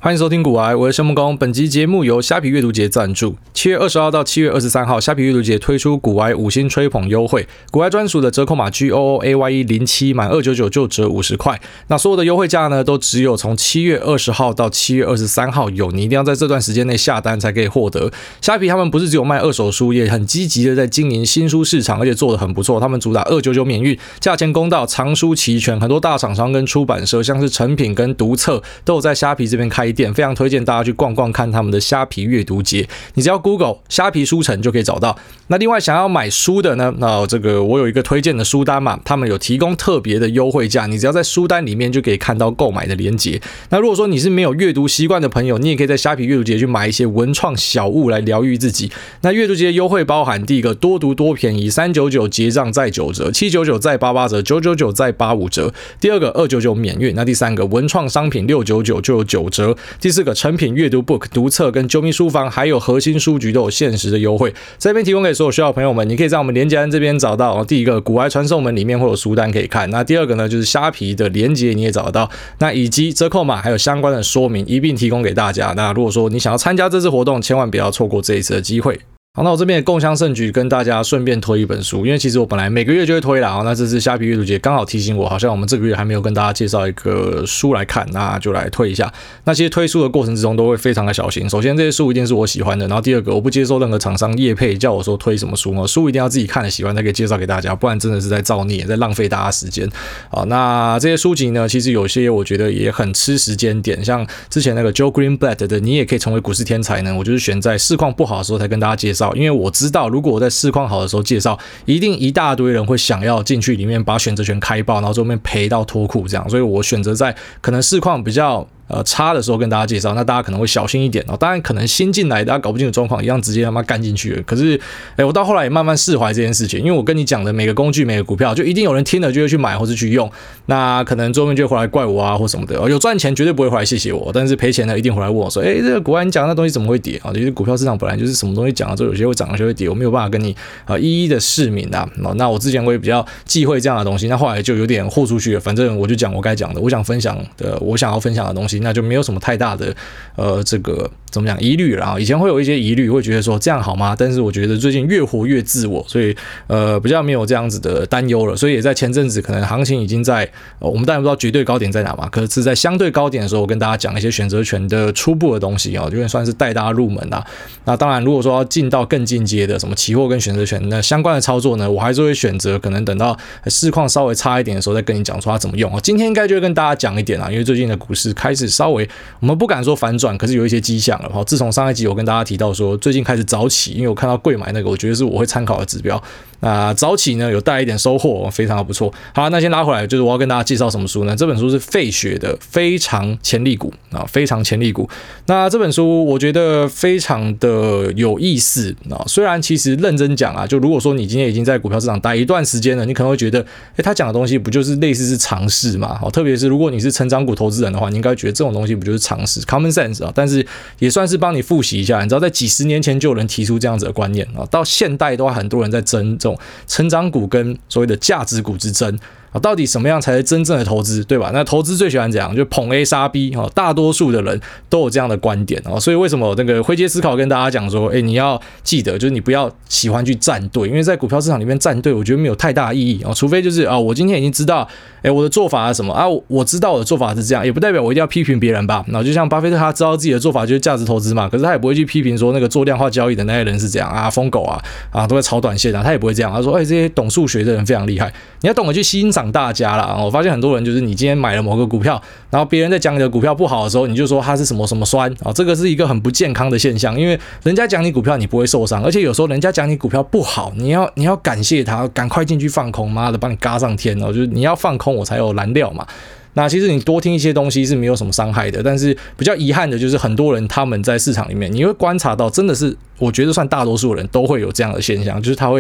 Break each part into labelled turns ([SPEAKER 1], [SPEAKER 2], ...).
[SPEAKER 1] 欢迎收听股癌，我是申木工。本集节目由虾皮阅读节赞助。7月20号到7月23号，虾皮阅读节推出股癌5星吹捧优惠，股癌专属的折扣码 GOOAYE07满299就折50块。那所有的优惠价呢，都只有从7月20号到7月23号有，你一定要在这段时间内下单才可以获得。虾皮他们不是只有卖二手书，也很积极的在经营新书市场，而且做得很不错。他们主打299免运，价钱公道，藏书齐全，很多大厂商跟出版社，像是诚品跟读册，都有在虾皮这边开店，非常推荐大家去逛逛看他们的虾皮阅读节。你只要 Google 虾皮书城就可以找到。那另外想要买书的呢，那这个我有一个推荐的书单嘛，他们有提供特别的优惠价，你只要在书单里面就可以看到购买的连结。那如果说你是没有阅读习惯的朋友，你也可以在虾皮阅读节去买一些文创小物来疗愈自己。那阅读节优惠包含第一个多读多便宜，399结账再9折，799再88折，999再85折。第二个299免运。那第三个文创商品699就有9折。第四个成品阅读 book 读册跟啾咪书房还有核心书局都有限时的优惠，这边提供给所有需要的朋友们，你可以在我们连结栏这边找到。第一个股癌传送门里面会有书单可以看，那第二个呢就是虾皮的连结你也找得到，那以及折扣码还有相关的说明一并提供给大家。那如果说你想要参加这次活动，千万不要错过这一次的机会。好，那我这边的共襄盛举跟大家顺便推一本书，因为其实我本来每个月就会推啦，那这次虾皮阅读节刚好提醒我，好像我们这个月还没有跟大家介绍一个书来看，那就来推一下。那其实推书的过程之中都会非常的小心，首先这些书一定是我喜欢的，然后第二个我不接受任何厂商业配叫我说推什么书，书一定要自己看了喜欢才可以介绍给大家，不然真的是在造孽，在浪费大家时间。好，那这些书籍呢，其实有些我觉得也很吃时间点，像之前那个 Joe Greenblatt 的你也可以成为股市天才呢，我就是选在市况不好的时候才跟大家介绍，因为我知道如果我在市况好的时候介绍，一定一大堆人会想要进去里面把选择权开爆，然后最后面赔到脱裤这样，所以我选择在可能市况比较差的时候跟大家介绍，那大家可能会小心一点。当然可能新进来大家搞不清楚状况，一样直接他妈干进去了。可是我到后来也慢慢释怀这件事情，因为我跟你讲的每个工具每个股票，就一定有人听了就会去买或是去用，那可能最后面就会回来怪我啊或什么的。有赚钱绝对不会回来谢谢我，但是赔钱呢一定回来问我说，这个股你讲的那东西怎么会跌啊？其实股票市场本来就是什么东西讲了之后，有些会涨，有些会跌，我没有办法跟你一一的释明啊。那我之前会比较忌讳这样的东西，那后来就有点豁出去了，反正我就讲我该讲的，我想分享的，我想要分享的东西，那就没有什么太大的这个怎么讲疑虑啦。以前会有一些疑虑，会觉得说这样好吗？但是我觉得最近越活越自我，所以比较没有这样子的担忧了。所以也在前阵子可能行情已经在我们当然不知道绝对高点在哪嘛，可是在相对高点的时候，我跟大家讲一些选择权的初步的东西有点算是带大家入门啦。那当然如果说要进到更进阶的什么期货跟选择权那相关的操作呢，我还是会选择可能等到市况稍微差一点的时候再跟你讲说它怎么用。今天应该就会跟大家讲一点啦，因为最近的股市开始稍微我们不敢说反转，可是有一些迹象了。自从上一集我跟大家提到说最近开始早起，因为我看到贵买那个，我觉得是我会参考的指标。那早起呢有带来一点收获，非常的不错。好，那先拉回来，就是我要跟大家介绍什么书呢？这本书是费雪的非常潜力股啊，非常潜力股。那这本书我觉得非常的有意思啊，虽然其实认真讲啊，就如果说你今天已经在股票市场待一段时间了，你可能会觉得，他讲的东西不就是类似是常识嘛？特别是如果你是成长股投资人的话，你应该觉得这种东西不就是常识 common sense 啊？但是也算是帮你复习一下，你知道在几十年前就有人提出这样子的观念啊，到现代都还很多人在争这种成长股跟所谓的价值股之争。到底什么样才是真正的投资，对吧？那投资最喜欢怎样？就捧 A 杀 B， 大多数的人都有这样的观点。所以为什么那个灰阶思考跟大家讲说，你要记得，就是你不要喜欢去站队，因为在股票市场里面站队，我觉得没有太大的意义。除非就是我今天已经知道，我的做法是什么啊？我知道我的做法是这样，也不代表我一定要批评别人吧。然后就像巴菲特他知道自己的做法就是价值投资嘛，可是他也不会去批评说那个做量化交易的那些人是这样啊，疯狗啊都在炒短线啊，他也不会这样。他说，这些懂数学的人非常厉害，你要懂得去欣赏大家啦。我发现很多人就是你今天买了某个股票，然后别人在讲你的股票不好的时候，你就说它是什么什么酸这个是一个很不健康的现象，因为人家讲你股票你不会受伤，而且有时候人家讲你股票不好，你要感谢他，赶快进去放空，妈的帮你嘎上天就是你要放空我才有燃料嘛。那其实你多听一些东西是没有什么伤害的，但是比较遗憾的就是很多人他们在市场里面，你会观察到真的是我觉得算大多数人都会有这样的现象，就是他会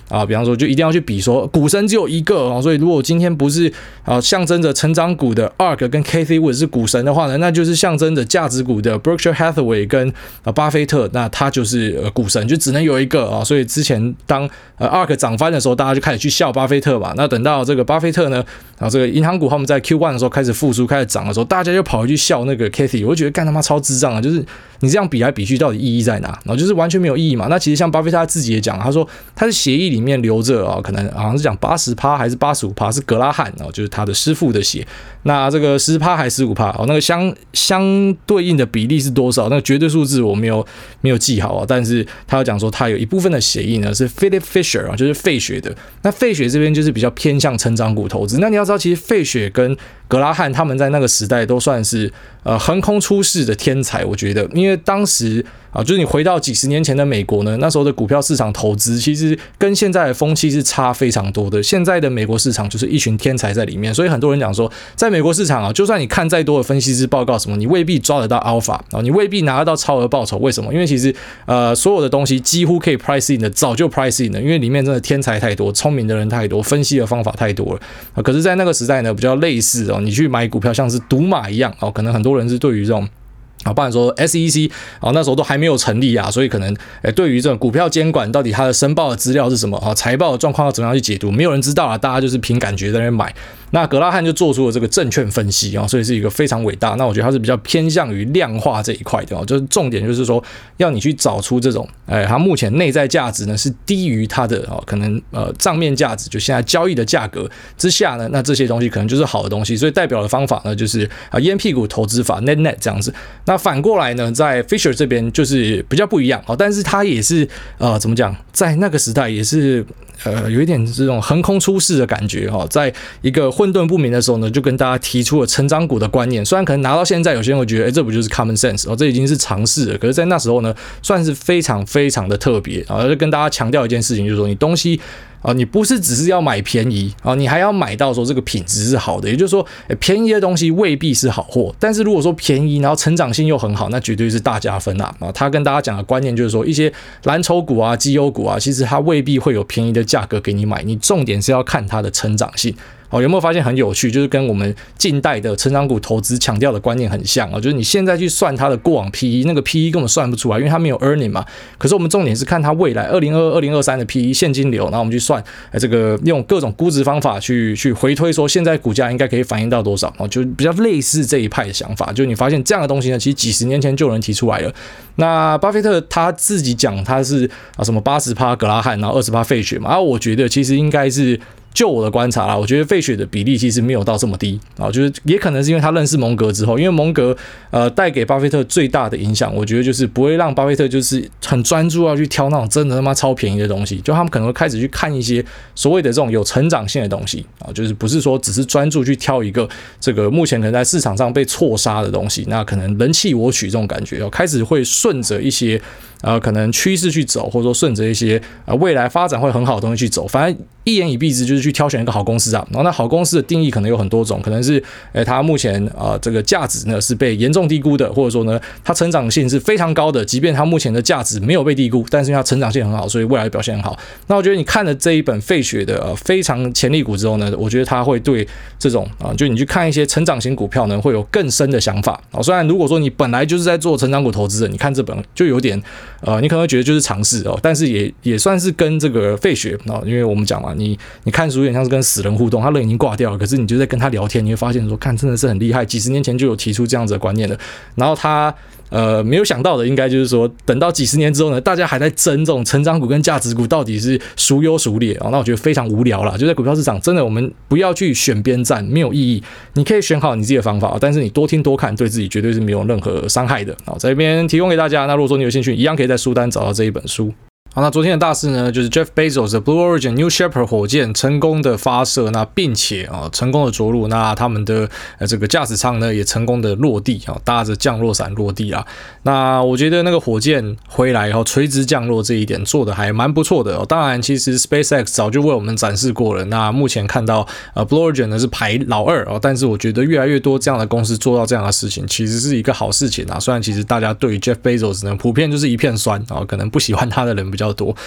[SPEAKER 1] 比方说就一定要去比说股神只有一个所以如果今天不是象征着成长股的 ARK 跟 Cathie Wood 是股神的话呢，那就是象征着价值股的 Berkshire Hathaway 跟巴菲特，那他就是股神，就只能有一个所以之前当ARK 涨翻的时候，大家就开始去笑巴菲特嘛。那等到这个巴菲特呢，这个银行股他们在 Q1 的时候开始复苏开始涨的时候，大家就跑回去笑那个 Cathie， 我就觉得干他妈超智障啊，就是你这样比来比去到底意义在哪？然后就是完全没有意义嘛。那其实像巴菲特他自己也讲，他说他的协议里面留着可能好像是讲 80% 还是 85% 是格拉汉就是他的师傅的血。那这个 10% 还是 15% 那个相对应的比例是多少？那个绝对数字我没有记好但是他有讲说他有一部分的协议呢是 Philip Fisher 就是费雪的。那费雪这边就是比较偏向成长股投资。那你要知道，其实费雪跟格拉汉他们在那个时代都算是横空出世的天才，我觉得，因为当时就是你回到几十年前的美国呢，那时候的股票市场投资其实跟现在的风气是差非常多的。现在的美国市场就是一群天才在里面，所以很多人讲说，在美国市场就算你看再多的分析师报告什么，你未必抓得到 alpha 你未必拿得到超额报酬。为什么？因为其实所有的东西几乎可以 price in 的，早就 price in 了，因为里面真的天才太多，聪明的人太多，分析的方法太多了可是，在那个时代呢，比较类似你去买股票像是赌马一样可能很多人是对于这种不然说 SEC 那时候都还没有成立所以可能对于这种股票监管到底它的申报的资料是什么财报的状况要怎么样去解读，没有人知道大家就是凭感觉在那边买。那格拉汉就做出了这个证券分析所以是一个非常伟大。那我觉得他是比较偏向于量化这一块的就是重点就是说要你去找出这种它目前内在价值呢是低于它的可能账面价值，就现在交易的价格之下呢，那这些东西可能就是好的东西。所以代表的方法呢就是烟屁股投资法 net 这样子。那反过来呢，在 Fisher 这边就是比较不一样但是他也是怎么讲，在那个时代也是有一点这种横空出世的感觉在一个混沌不明的时候呢，就跟大家提出了成长股的观念。虽然可能拿到现在有些人会觉得这不就是 common sense 这已经是常识了，可是在那时候呢算是非常非常的特别就跟大家强调一件事情，就是说你东西你不是只是要买便宜你还要买到说这个品质是好的。也就是说便宜的东西未必是好货，但是如果说便宜然后成长性又很好，那绝对是大加分他跟大家讲的观念就是说，一些蓝筹股绩优股其实它未必会有便宜的价格给你买，你重点是要看它的成长性有没有发现很有趣？就是跟我们近代的成长股投资强调的观念很像就是你现在去算它的过往 PE， 那个 PE 根本算不出来，因为它没有 earning 嘛。可是我们重点是看它未来2022、2023的 PE 现金流，然后我们去算这个用各种估值方法去回推说现在股价应该可以反映到多少就比较类似这一派的想法。就你发现这样的东西呢，其实几十年前就有人提出来了。那巴菲特他自己讲他是什么 80% 格拉汉，然后 20% 费雪嘛，我觉得其实应该是。就我的观察啦，我觉得费雪的比例其实没有到这么低就是也可能是因为他认识蒙格之后，因为蒙格带给巴菲特最大的影响，我觉得就是不会让巴菲特就是很专注要去挑那种真的他妈超便宜的东西，就他们可能会开始去看一些所谓的这种有成长性的东西就是不是说只是专注去挑一个这个目前可能在市场上被错杀的东西，那可能人气我取这种感觉开始会顺着一些可能趋势去走，或者说顺着一些未来发展会很好的东西去走，反正一言以蔽之就是去挑选一个好公司然后那好公司的定义可能有很多种，可能是它目前这个价值呢是被严重低估的，或者说呢它成长性是非常高的，即便它目前的价值没有被低估，但是因为它成长性很好，所以未来的表现很好。那我觉得你看了这一本费雪的非常潜力股之后呢，我觉得它会对这种就你去看一些成长型股票呢会有更深的想法虽然如果说你本来就是在做成长股投资的，你看这本就有点你可能会觉得就是常识但是也算是跟这个费雪因为我们讲嘛，你看书有点像是跟死人互动，他人已经挂掉了，可是你就在跟他聊天，你会发现说看真的是很厉害，几十年前就有提出这样子的观念了。然后他没有想到的应该就是说等到几十年之后呢，大家还在争这种成长股跟价值股到底是孰优孰劣那我觉得非常无聊啦。就在股票市场真的我们不要去选边站，没有意义，你可以选好你自己的方法但是你多听多看对自己绝对是没有任何伤害的在这边提供给大家。那如果说你有兴趣，一样可以在书单找到这一本书。好，那昨天的大事呢，就是 Jeff Bezos 的 Blue Origin New Shepard 火箭成功的发射，那并且成功的着陆，那他们的这个驾驶舱呢也成功的落地搭着降落伞落地啦。那我觉得那个火箭回来垂直降落这一点做的还蛮不错的当然，其实 SpaceX 早就为我们展示过了。那目前看到Blue Origin 呢是排老2但是我觉得越来越多这样的公司做到这样的事情，其实是一个好事情虽然其实大家对于 Jeff Bezos 呢普遍就是一片酸可能不喜欢他的人比较多。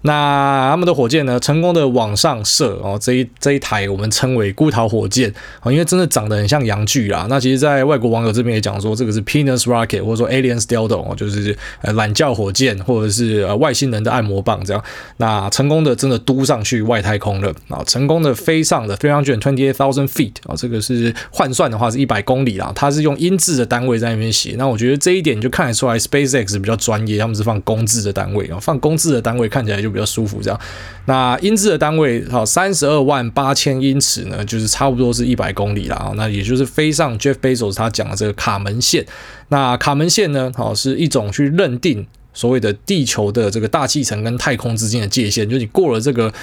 [SPEAKER 1] 那他们的火箭呢，成功的往上射这一台我们称为孤桃火箭因为真的长得很像阳具啦。那其实在外国网友这边也讲说，这个是 penis rocket 或者说 aliens dildo 就是懒觉火箭或者是外星人的按摩棒这样。那成功的真的嘟上去外太空了成功的飞上了328,000 feet 这个是换算的话是100公里啦。它是用英制的单位在那边写，那我觉得这一点就看得出来 SpaceX 比较专业，他们是放公制的单位放公制的单位看起来就比较舒服这样。那英制的单位328000英尺呢，就是差不多是100公里啦。那也就是飞上 Jeff Bezos 他讲的这个卡门线。那卡门线呢是一种去认定所谓的地球的这个大气层跟太空之间的界限，就是你过了这个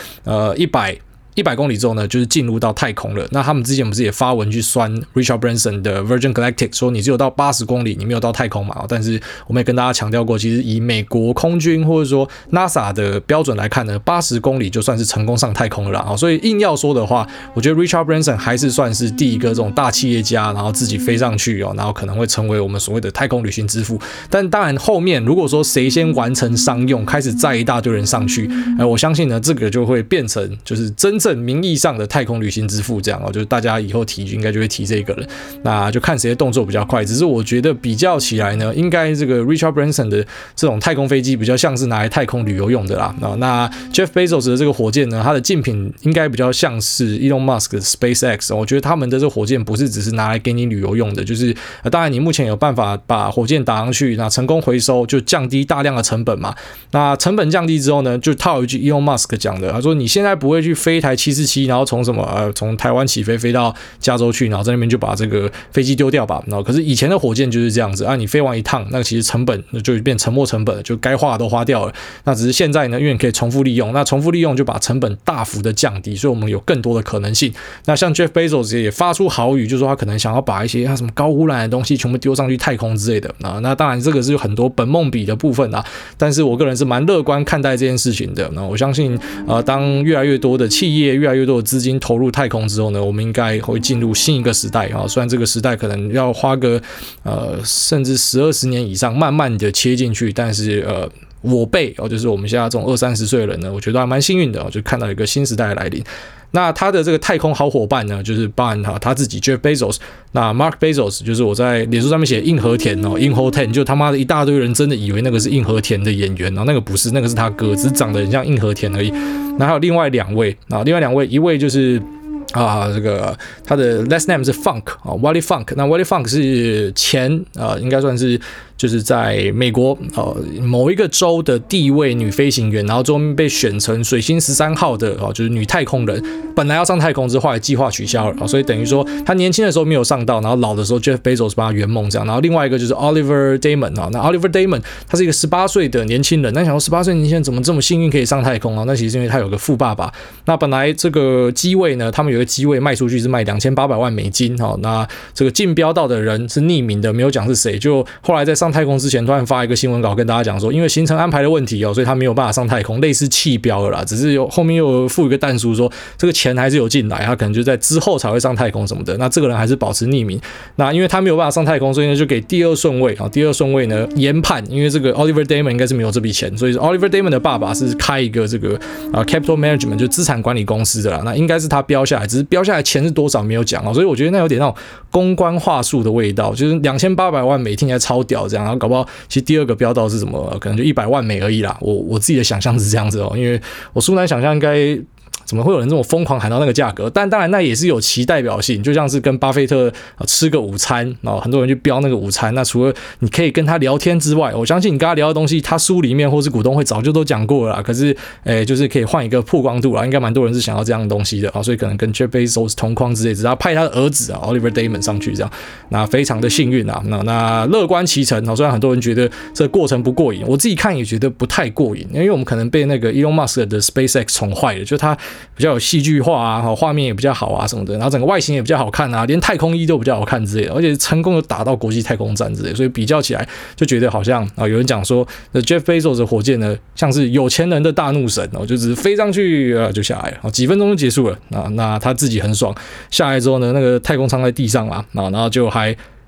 [SPEAKER 1] 100公里之后呢，就是进入到太空了。那他们之前不是也发文去酸 Richard Branson 的 Virgin Galactic 说你只有到80公里，你没有到太空嘛？但是我们也跟大家强调过，其实以美国空军或者说 NASA 的标准来看呢，80公里就算是成功上太空了啦。所以硬要说的话，我觉得 Richard Branson 还是算是第一个这种大企业家，然后自己飞上去然后可能会成为我们所谓的太空旅行之父。但当然后面如果说谁先完成商用，开始载一大堆人上去，我相信呢这个就会变成就是真正名义上的太空旅行之父这样就是大家以后提应该就会提这个了。那就看谁的动作比较快，只是我觉得比较起来呢，应该这个 Richard Branson 的这种太空飞机比较像是拿来太空旅游用的啦。那 Jeff Bezos 的这个火箭呢，它的竞品应该比较像是 Elon Musk 的 SpaceX 我觉得他们的这个火箭不是只是拿来给你旅游用的，就是当然你目前有办法把火箭打上去，那成功回收就降低大量的成本嘛。那成本降低之后呢，就套一句 Elon Musk 讲的，他说你现在不会去飞一台747，然后从台湾起飞到加州去，然后在那边就把这个飞机丢掉吧。然后可是以前的火箭就是这样子你飞完一趟，那其实成本就变沉没成本了，就该花的都花掉了。那只是现在呢，因为你可以重复利用，那重复利用就把成本大幅的降低，所以我们有更多的可能性。那像 Jeff Bezos 也发出豪语，就说他可能想要把一些什么高污染的东西全部丢上去太空之类的那当然这个是有很多本梦比的部分但是我个人是蛮乐观看待这件事情的。那我相信当越来越多的企业越来越多的资金投入太空之后呢，我们应该会进入新一个时代虽然这个时代可能要花个甚至10-20年以上慢慢的切进去，但是我辈就是我们现在这种20-30岁的人呢，我觉得还蛮幸运的就看到一个新时代的来临。那他的这个太空好伙伴呢，就是包含他自己 Jeff Bezos， 那 Mark Bezos 就是我在脸书上面写硬和田硬和田，就他妈的一大堆人真的以为那个是硬和田的演员那个不是，那个是他哥，只是长得很像硬和田而已。那还有另外两位一位就是这个他的 last name 是 Funk，Wally Funk。那 Wally Funk 是前应该算是就是在美国某一个州的第一位女飞行员，然后最后面被选成水星13号的就是女太空人，本来要上太空之后后来计划取消了所以等于说她年轻的时候没有上到，然后老的时候 Jeff Bezos 帮她圆梦这样。然后另外一个就是 Oliver Damon 那 Oliver Damon 他是一个18岁的年轻人，那想说18岁年轻人怎么这么幸运可以上太空那其实是因为他有个富爸爸。那本来这个机位呢，他们有个机位卖出去是卖2800万美金那这个竞标到的人是匿名的，没有讲是谁，就后来在上太空之前突然发一个新闻稿跟大家讲说，因为行程安排的问题所以他没有办法上太空，类似弃标了啦，只是后面又附一个弹书说这个钱还是有进来，他可能就在之后才会上太空什么的。那这个人还是保持匿名。那因为他没有办法上太空，所以呢就给第二顺位第二顺位呢研判，因为这个 Oliver Damon 应该是没有这笔钱，所以 Oliver Damon 的爸爸是开一个这个capital management 就资产管理公司的啦，那应该是他标下来，只是标下来钱是多少没有讲所以我觉得那有点那种公关话术的味道，就是2800万美听起来超屌这样，然后搞不好其实第二个标到是什么可能就100万美而已啦，我自己的想象是这样子因为我苏南想象应该怎么会有人这么疯狂喊到那个价格？但当然那也是有其代表性，就像是跟巴菲特吃个午餐很多人去标那个午餐，那除了你可以跟他聊天之外，我相信你跟他聊的东西他书里面或是股东会早就都讲过了啦，可是就是可以换一个曝光度啦，应该蛮多人是想要这样的东西的所以可能跟 Jeff Bezos 同框之类，只是他派他的儿子Oliver Damon 上去这样，那非常的幸运那乐观其成虽然很多人觉得这个过程不过瘾，我自己看也觉得不太过瘾，因为我们可能被那个 Elon Musk 的 SpaceX 宠坏了，就他比较有戏剧化画面也比较好什么的，然后整个外形也比较好看连太空衣都比较好看之类的，而且成功的打到国际太空站之类的，所以比较起来就觉得好像有人讲说 Jeff Bezos 的火箭呢像是有钱人的大怒神就只是飞上去就下来了几分钟就结束了那他自己很爽，下来之后呢那个太空舱在地上嘛然后就还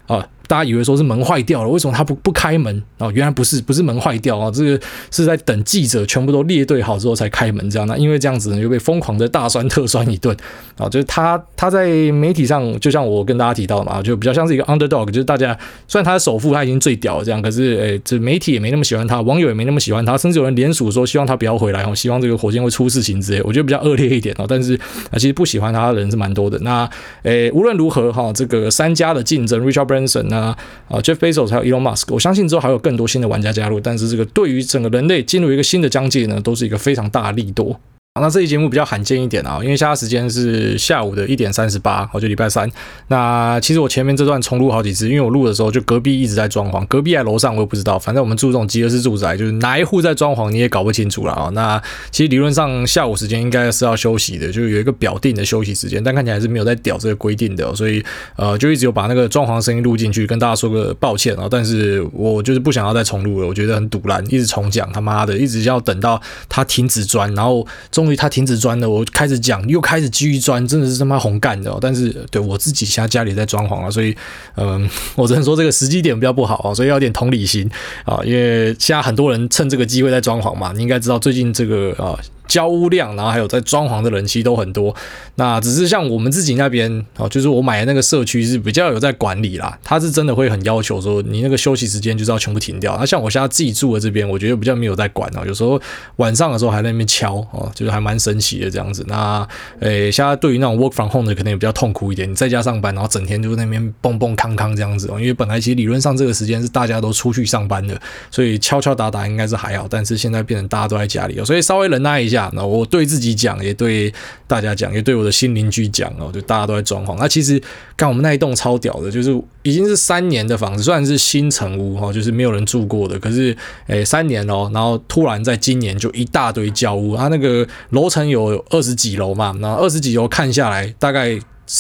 [SPEAKER 1] 大家以为说是门坏掉了，为什么他不开门原来不是门坏掉这个是在等记者全部都列队好之后才开门这样。那因为这样子呢，就被疯狂的大酸特酸一顿就是他在媒体上，就像我跟大家提到的嘛，就比较像是一个 underdog， 就是大家虽然他的首富他已经最屌了这样，可是这媒体也没那么喜欢他，网友也没那么喜欢他，甚至有人联署说希望他不要回来希望这个火箭会出事情之类，我觉得比较恶劣一点但是其实不喜欢他的人是蛮多的。那无论如何这个3家的竞争 ，Richard Branson Jeff Bezos 还有 Elon Musk， 我相信之后还有更多新的玩家加入，但是这个对于整个人类进入一个新的疆界呢，都是一个非常大的利多。那这期节目比较罕见一点因为现在时间是下午的1点38，就礼拜三。那其实我前面这段重录好几次，因为我录的时候就隔壁一直在装潢，隔壁还楼上我也不知道，反正我们住这种集合式住宅，就是哪一户在装潢你也搞不清楚了那其实理论上下午时间应该是要休息的，就有一个表定的休息时间，但看起来还是没有在屌这个规定的所以就一直有把那个装潢声音录进去，跟大家说个抱歉但是我就是不想要再重录了，我觉得很堵烂，一直重讲，他妈的一直要等到他停止钻，然后终于他停止钻我开始讲，又开始继续钻，真的是他妈红干的但是对我自己现在家里在装潢所以我只能说这个时机点比较不好所以要有点同理心因为现在很多人趁这个机会在装潢嘛，你应该知道最近这个交屋量，然后还有在装潢的人其实都很多。那只是像我们自己那边就是我买的那个社区是比较有在管理啦，他是真的会很要求说你那个休息时间就是要全部停掉。那像我现在自己住的这边，我觉得比较没有在管有时候晚上的时候还在那边敲就是还蛮神奇的这样子。那现在对于那种 work from home 的可能也比较痛苦一点，你在家上班，然后整天就在那边蹦蹦康康这样子因为本来其实理论上这个时间是大家都出去上班的，所以敲敲打打应该是还好，但是现在变成大家都在家里所以稍微忍耐一下。那我对自己讲，也对大家讲，也对我的新邻居讲就大家都在装潢。那其实看我们那一栋超屌的，就是已经是3年的房子，虽然是新成屋就是没有人住过的，可是3年然后突然在今年就一大堆交屋，它那个楼层有20几楼嘛，那20几楼看下来大概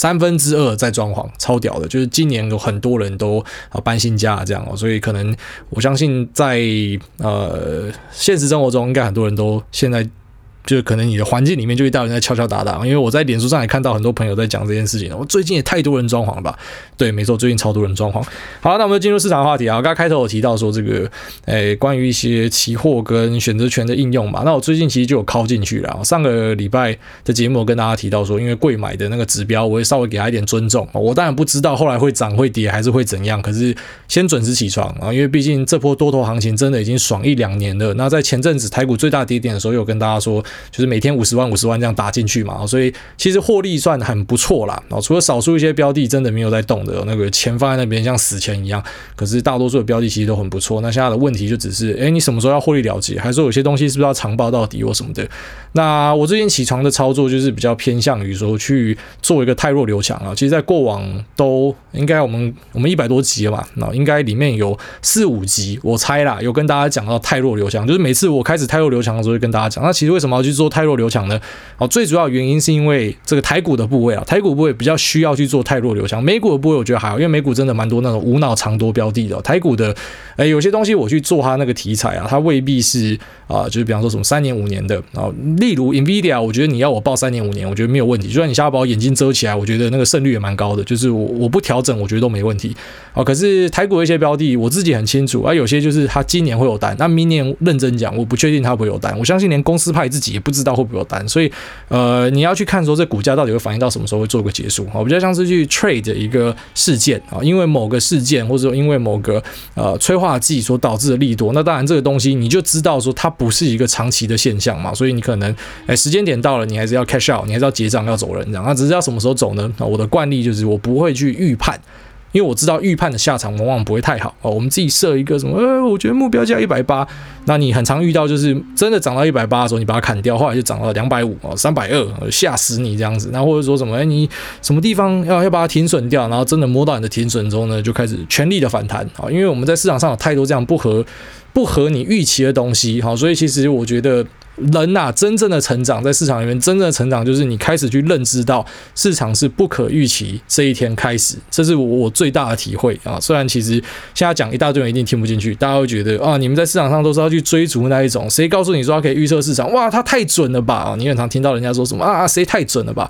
[SPEAKER 1] 2/3在装潢，超屌的。就是今年有很多人都搬新家这样所以可能我相信在现实生活中应该很多人都现在就可能你的环境里面就一大人在敲敲打打，因为我在脸书上也看到很多朋友在讲这件事情我最近也太多人装潢了吧？对，没错，最近超多人装潢。好，那我们就进入市场话题刚刚开头有提到说这个关于一些期货跟选择权的应用嘛，那我最近其实就有敲进去了上个礼拜的节目我跟大家提到说，因为贵买的那个指标我会稍微给他一点尊重我当然不知道后来会涨会跌还是会怎样，可是先准时起床因为毕竟这波多头行情真的已经爽1-2年了。那在前阵子台股最大跌点的时候有跟大家说，就是每天50万这样打进去嘛所以其实获利算很不错啦除了少数一些标的真的没有在动的那个钱放在那边像死钱一样，可是大多数的标的其实都很不错。那现在的问题就只是你什么时候要获利了结，还是说有些东西是不是要长报到底或什么的。那我最近起床的操作就是比较偏向于说去做一个太弱留强其实在过往都应该我们100多集了嘛应该里面有4-5集我猜啦有跟大家讲到太弱留强，就是每次我开始太弱留强的时候会跟大家讲。那其实为什么要去做太弱留强呢最主要原因是因为这个台股的部位台股部位比较需要去做太弱留强，美股的部位我觉得还好，因为美股真的蛮多那种无脑长多标的的台股的有些东西我去做它那个题材它未必是就是比方说什么3年5年的例如 Nvidia 我觉得你要我报3年5年我觉得没有问题，就算你下把我眼睛遮起来我觉得那个胜率也蛮高的，就是我不调整我觉得都没问题可是台股的一些标的我自己很清楚有些就是它今年会有单，那明年认真讲我不确定它会不会有单，我相信连公司派自己也不知道会不会有单，所以你要去看说这股价到底会反映到什么时候会做个结束比较像是去 trade 一个事件因为某个事件或者说因为某个催化剂所导致的利多，那当然这个东西你就知道说它不是一个长期的现象嘛，所以你可能时间点到了你还是要 cash out， 你还是要结账要走人这样，那只是要什么时候走呢我的惯例就是我不会去预判，因为我知道预判的下场往往不会太好我们自己设一个什么我觉得目标价180，那你很常遇到就是真的涨到180的时候你把它砍掉，后来就涨到250 320吓死你这样子。那或者说什么你什么地方要把它停损掉，然后真的摸到你的停损之后呢就开始全力的反弹因为我们在市场上有太多这样不合你预期的东西所以其实我觉得人真正的成长在市场里面，真正的成长就是你开始去认知到市场是不可预期这一天开始，这是我最大的体会虽然其实现在讲一大堆人一定听不进去，大家会觉得你们在市场上都是要去追逐那一种，谁告诉你说他可以预测市场，哇他太准了吧你很常听到人家说什么谁太准了吧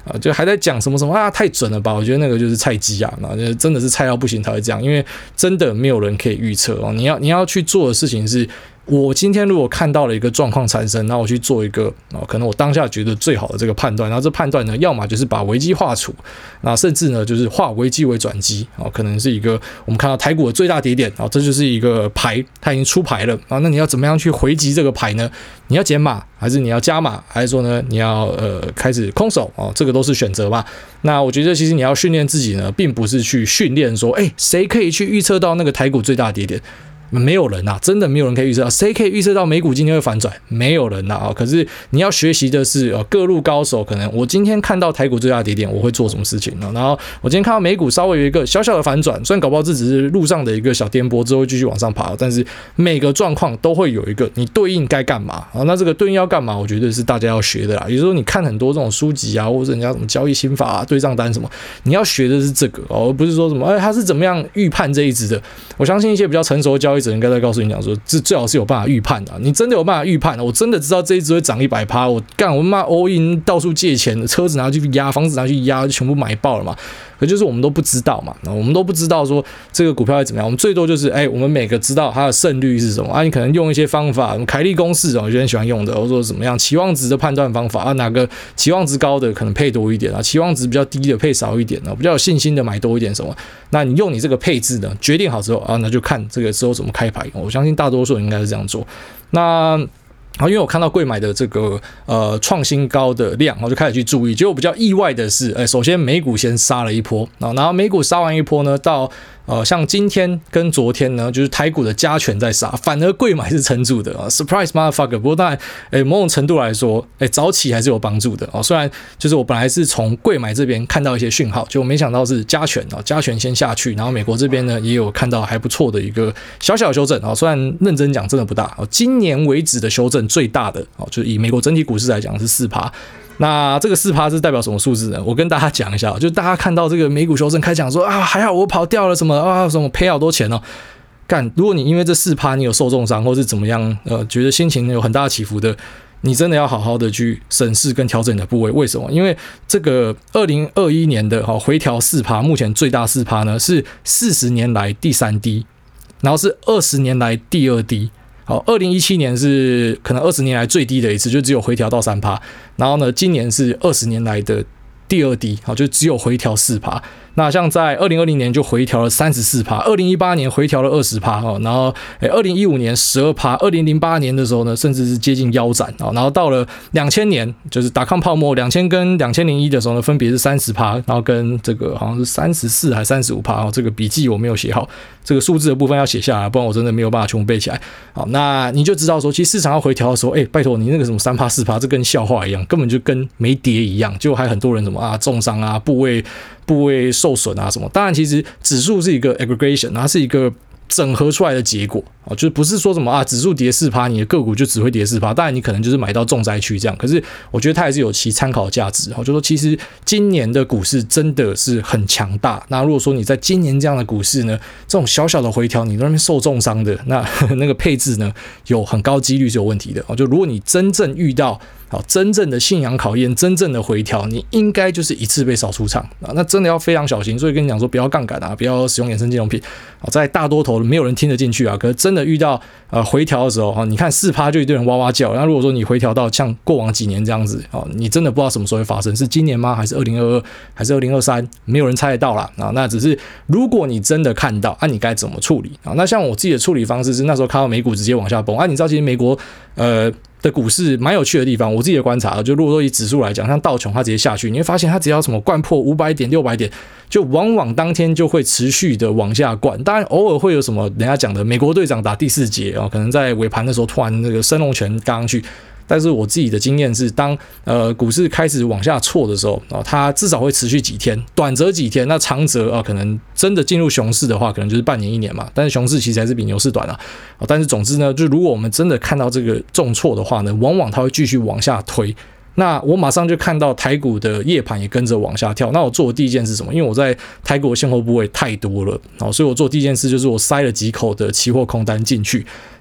[SPEAKER 1] 就还在讲什么什么啊，太准了吧？我觉得那个就是菜鸡啊，真的是菜到不行才会这样，因为真的没有人可以预测哦。你要去做的事情是，我今天如果看到了一个状况产生，那我去做一个可能我当下觉得最好的这个判断，然后这判断呢，要么就是把危机化除，那甚至呢就是化危机为转机可能是一个我们看到台股的最大跌点这就是一个牌，它已经出牌了那你要怎么样去回击这个牌呢？你要减码还是你要加码，还是说呢你要开始空手这个都是选择嘛。那我觉得其实你要训练自己呢，并不是去训练说谁可以去预测到那个台股最大跌点。没有人啊，真的没有人可以预测到。谁可以预测到美股今天会反转？没有人啊。可是你要学习的是各路高手，可能我今天看到台股最大跌点，我会做什么事情然后我今天看到美股稍微有一个小小的反转，虽然搞不好这只是路上的一个小颠簸，之后继续往上爬，但是每个状况都会有一个你对应该干嘛那这个对应要干嘛？我觉得是大家要学的啦。也就是说，你看很多这种书籍啊，或者人家什么交易心法对账单什么，你要学的是这个而不是说什么他是怎么样预判这一支的。我相信一些比较成熟的交易者应该在告诉你讲说，这最好是有办法预判的你真的有办法预判我真的知道这一支会涨100%，我妈 all in 到处借钱，车子拿去压，房子拿去压，就全部买爆了嘛。可就是我们都不知道嘛，我们都不知道说这个股票会怎么样，我们最多就是我们每个知道它的胜率是什么你可能用一些方法，凯利公式我觉得很喜欢用的，或者说怎么样期望值的判断方法哪个期望值高的可能配多一点期望值比较低的配少一点比较有信心的买多一点什么。那你用你这个配置呢，决定好之后那就看这个之后怎么开牌。我相信大多数人应该是这样做。那因为我看到贵买的这个创新高的量，我就开始去注意。结果比较意外的是，首先美股先杀了一波，然后美股杀完一波呢，到像今天跟昨天呢，就是台股的加权在杀，反而贵买是撑住的surprise motherfucker。不过当然，某种程度来说，早起还是有帮助的虽然就是我本来是从贵买这边看到一些讯号，就没想到是加权加权先下去，然后美国这边呢也有看到还不错的一个小小的修正虽然认真讲真的不大今年为止的修正最大的就是以美国整体股市来讲是 4%。那这个 4% 是代表什么数字呢？我跟大家讲一下，就大家看到这个美股修正开始讲说还好我跑掉了什么什么赔好多钱干，如果你因为这 4% 你有受重伤或是怎么样觉得心情有很大的起伏的，你真的要好好的去审视跟调整你的部位。为什么？因为这个2021年的回调 4%， 目前最大 4% 呢是40年来第3低，然后是20年来第2低。2017年是可能20年来最低的一次，就只有回调到 3%， 然后呢今年是20年来的第2低，就只有回调 4%。那像在2020年就回调了 34%，2018 年回调了 20%， 然后2015年 12%，2008 年的时候呢甚至是接近腰斩然后到了2000年就是.com 泡沫2000跟2001的时候呢分别是 30%， 然后跟这个好像是34%还是 35%， 这个笔记我没有写好，这个数字的部分要写下来，不然我真的没有办法全部背起来。好，那你就知道说其实市场要回调的时候拜托你那个什么 3%、4%， 这跟笑话一样，根本就跟没跌一样，就还很多人什么重伤部位受损什么。当然其实指数是一个 aggregation， 它是一个整合出来的结果就是不是说什么指数跌 4%， 你的个股就只会跌 4%， 当然你可能就是买到重灾区这样，可是我觉得它还是有其参考价值就说其实今年的股市真的是很强大。那如果说你在今年这样的股市呢，这种小小的回调你在那边受重伤的，那个配置呢有很高几率是有问题的就如果你真正遇到真正的信仰考验，真正的回调，你应该就是一次被扫出场那真的要非常小心。所以跟你讲说不要杠杆不要使用衍生金融品在大多头没有人听得进去可是真的遇到回调的时候你看 4% 就一堆人哇哇叫。那如果说你回调到像过往几年这样子你真的不知道什么时候会发生，是今年吗？还是2022？还是2023？没有人猜得到啦那只是如果你真的看到你该怎么处理那像我自己的处理方式是那时候看到美股直接往下崩你知道其实美国的股市蛮有趣的地方，我自己的观察就如果说以指数来讲，像道琼它直接下去，你会发现它只要什么灌破500点、600点，就往往当天就会持续的往下灌。当然偶尔会有什么人家讲的美国队长打第4节可能在尾盘的时候突然那个升龙拳刚上去。但是我自己的经验是，当股市开始往下挫的时候它至少会持续几天，短则几天，那长则可能真的进入熊市的话，可能就是半年1年嘛。但是熊市其实还是比牛市短但是总之呢，就如果我们真的看到这个重挫的话呢，往往它会继续往下推。那我马上就看到台股的夜盘也跟着往下跳。那我做的第一件事是什么？因为我在台股的现货部位太多了所以我做的第一件事就是我塞了几口的期货空单进去。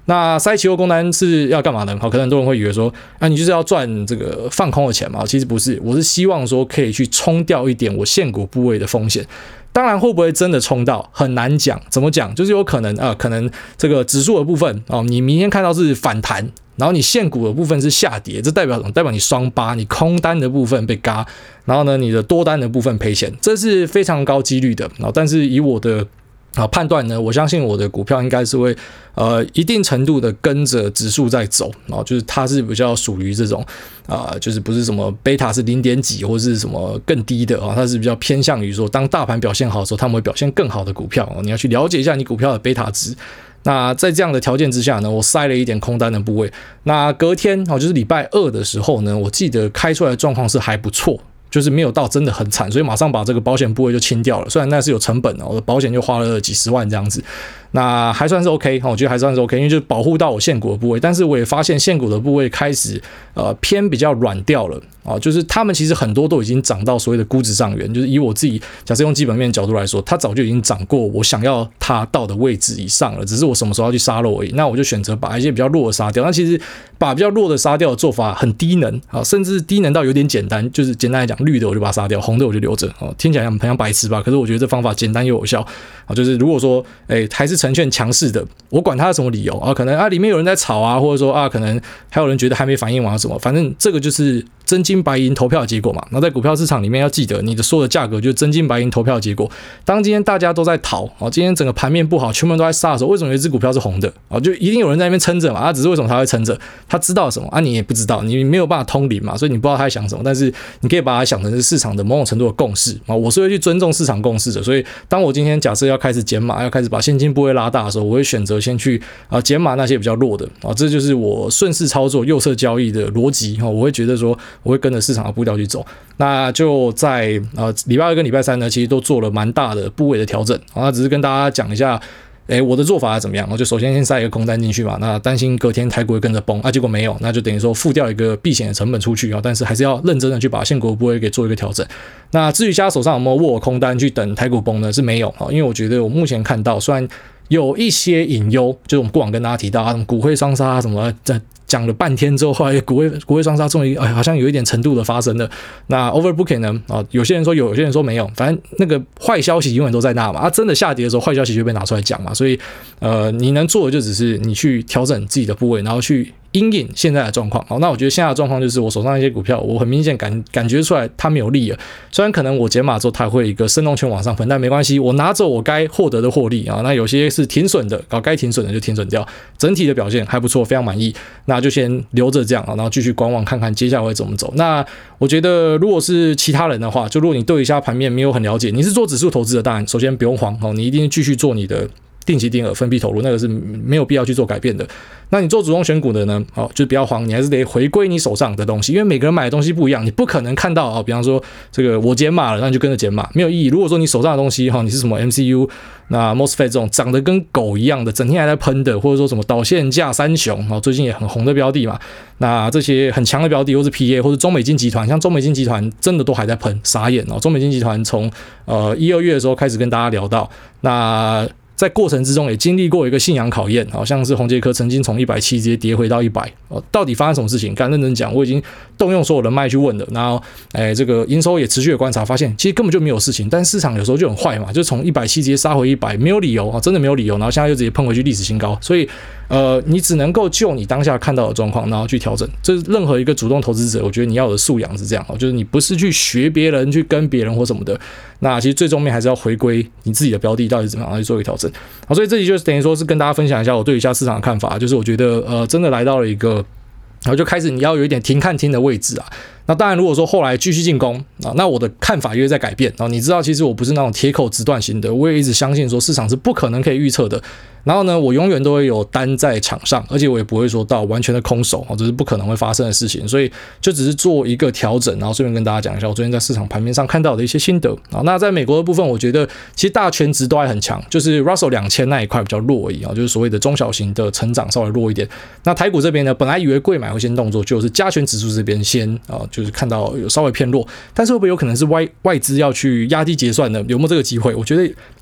[SPEAKER 1] 那塞期货空单是要干嘛呢？好，可能很多人会以为说，啊，你就是要赚这个放空的钱嘛？其实不是，我是希望说可以去冲掉一点我现股部位的风险。当然，会不会真的冲到很难讲。怎么讲？就是有可能可能这个指数的部分你明天看到是反弹，然后你现股的部分是下跌，这代表什么？代表你双八，你空单的部分被嘎，然后呢，你的多单的部分赔钱，这是非常高几率的。但是以我的判断呢，我相信我的股票应该是会一定程度的跟着指数在走，就是它是比较属于这种就是不是什么贝塔是0点几或是什么更低的它是比较偏向于说当大盘表现好的时候，他们会表现更好的股票你要去了解一下你股票的贝塔值。那在这样的条件之下呢，我塞了一点空单的部位。那隔天就是礼拜二的时候呢，我记得开出来的状况是还不错。就是没有到真的很惨，所以马上把这个保险部位就清掉了。虽然那是有成本我的保险就花了几十万这样子，那还算是 OK， 我觉得还算是 OK， 因为就保护到我现股的部位。但是我也发现现股的部位开始偏比较软掉了就是他们其实很多都已经涨到所谓的估值上缘，就是以我自己假设用基本面的角度来说，它早就已经涨过我想要它到的位置以上了，只是我什么时候要去杀肉而已。那我就选择把一些比较弱的杀掉。那其实把比较弱的杀掉的做法很低能甚至低能到有点简单，就是简单来讲，绿的我就把它杀掉，红的我就留着听起来很像白痴吧？可是我觉得这方法简单又有效就是如果说还是呈现强势的，我管它是什么理由可能里面有人在炒或者说可能还有人觉得还没反应完什么，反正这个就是真金白银投票的结果嘛。那在股票市场里面要记得，你的所有的价格就是真金白银投票的结果。当今天大家都在逃今天整个盘面不好，全部人都在杀的时候，为什么有一只股票是红的就一定有人在那边撑着嘛只是为什么他会撑着？他知道什么你也不知道，你没有办法通灵嘛，所以你不知道他在想什么。但是你可以把它想成是市场的某种程度的共识我是会去尊重市场共识的。所以当我今天假设要开始减码，要开始把现金部位拉大的时候，我会选择先去减码那些比较弱的这就是我顺势操作右侧交易的逻辑我会觉得说我会跟着市场的步调去走。那就在礼拜二跟礼拜三呢，其实都做了蛮大的部位的调整那只是跟大家讲一下我的做法怎么样？我就首先塞一个空单进去嘛，那担心隔天台股会跟着崩结果没有，那就等于说付掉一个避险的成本出去但是还是要认真的去把现股部位给做一个调整。那至于现在手上有没有握空单去等台股崩呢？是没有因为我觉得我目前看到虽然有一些隐忧，就是我们过往跟大家提到什么股汇双杀什么讲了半天之后，后来股汇双杀终于好像有一点程度的发生了。那 overbooking 呢有些人说有些人说没有，反正那个坏消息永远都在那嘛真的下跌的时候坏消息就被拿出来讲嘛。所以你能做的就只是你去调整自己的部位，然后去因应现在的状况那我觉得现在的状况就是我手上一些股票，我很明显感觉出来它没有力了。虽然可能我减码之后它会有一个升动圈往上喷，但没关系，我拿走我该获得的获利那有些是停损的该停损的就停损掉。整体的表现还不错，非常满意，那就先留着这样然后继续观望看看接下来会怎么走。那我觉得如果是其他人的话，就如果你对一下盘面没有很了解，你是做指数投资的，当然首先不用慌你一定继续做你的定期定额分批投入，那个是没有必要去做改变的。那你做主动选股的呢就不要慌，你还是得回归你手上的东西，因为每个人买的东西不一样，你不可能看到比方说这个我减码了，那你就跟着减码，没有意义。如果说你手上的东西你是什么 MCU 那 MOSFET 这种长得跟狗一样的，整天还在喷的，或者说什么导线架三雄最近也很红的标的嘛，那这些很强的标的或是 PA 或是中美金集团，像中美金集团真的都还在喷，傻眼中美金集团从1-2月的时候开始跟大家聊到，那在过程之中也经历过一个信仰考验像是宏捷科曾经从170直接跌回到100到底发生什么事情？敢认真讲，我已经动用所有人脉去问了，然后这个营收也持续的观察，发现其实根本就没有事情，但市场有时候就很坏嘛，就从170直接杀回100，没有理由真的没有理由，然后现在又直接喷回去历史新高。所以你只能够就你当下看到的状况然后去调整，这是任何一个主动投资者我觉得你要有的素养是这样就是你不是去学别人去跟别人或什么的，那其实最终面还是要回归你自己的标的到底怎么样去做一个调整所以这里就等于说是跟大家分享一下我对于下市场的看法，就是我觉得真的来到了一个然后就开始你要有一点停看听的位置那当然如果说后来继续进攻那我的看法又在改变你知道其实我不是那种铁口直断型的，我也一直相信说市场是不可能可以预测的，然后呢我永远都会有单在场上，而且我也不会说到完全的空手这是不可能会发生的事情，所以就只是做一个调整，然后顺便跟大家讲一下我最近在市场盘面上看到的一些心得那在美国的部分我觉得其实大权值都还很强，就是 Russell 2000那一块比较弱而已就是所谓的中小型的成长稍微弱一点。那台股这边呢本来以为贵买会先动作，就是加权指数这边先就是看到有稍微偏弱，但是会不会有可能是外资要去压低结算呢？有没有这个机会？我觉得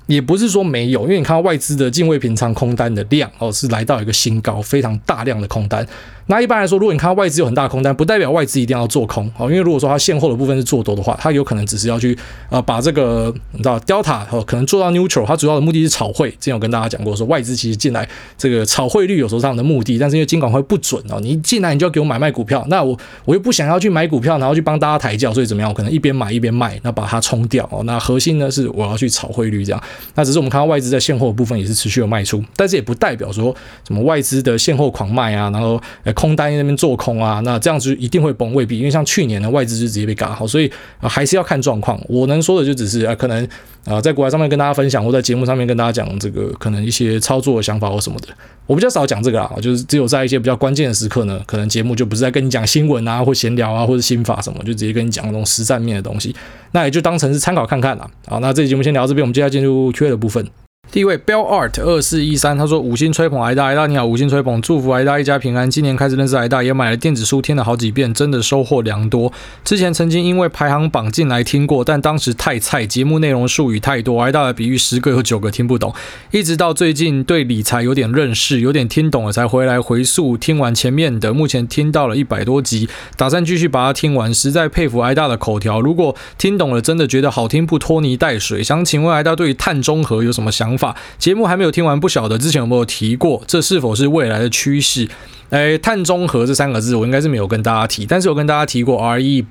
[SPEAKER 1] 也不是说没有，因为你看到外资的近未平仓空单的量是来到一个新高，非常大量的空单。那一般来说，如果你看到外资有很大的空单，不代表外资一定要做空因为如果说它现货的部分是做多的话，它有可能只是要去把这个你知道 delta 可能做到 neutral， 它主要的目的是炒汇。之前有跟大家讲过，说外资其实进来这个炒汇率有时候是他们的目的，但是因为金管会不准你一进来你就要给我买卖股票，那我又不想要去买股票，然后去帮大家抬轿，所以怎么样？我可能一边买一边卖，那把它冲掉那核心呢是我要去炒汇率这样。那只是我们看到外资在现货的部分也是持续有卖出，但是也不代表说什么外资的现货狂卖然后空单那边做空那这样子一定会崩，未必，因为像去年的外资就直接被嘎好，所以还是要看状况。我能说的就只是可能在股台上面跟大家分享，或在节目上面跟大家讲这个可能一些操作的想法或什么的，我比较少讲这个啦，就是只有在一些比较关键的时刻呢，可能节目就不是在跟你讲新闻或闲聊或者心法什么，就直接跟你讲那种实战面的东西，那也就当成是参考看看啦。好，那这期节目先聊到这边，我们接下来进入 Q&A 的部分。第一位 Bell Art 2413，他说五星吹捧挨大，挨大你好，五星吹捧，祝福挨大一家平安。今年开始认识挨大，也买了电子书，听了好几遍，真的收获良多。之前曾经因为排行榜进来听过，但当时太菜，节目内容术语太多，挨大的比喻10个有9个听不懂。一直到最近对理财有点认识，有点听懂了，才回来回溯听完前面的，目前听到了100多集，打算继续把它听完。实在佩服挨大的口条，如果听懂了，真的觉得好听不拖泥带水。想请问挨大对于碳中和有什么想法？节目还没有听完，不晓得之前有没有提过，这是否是未来的趋势？碳中和这3个字我应该是没有跟大家提，但是我跟大家提过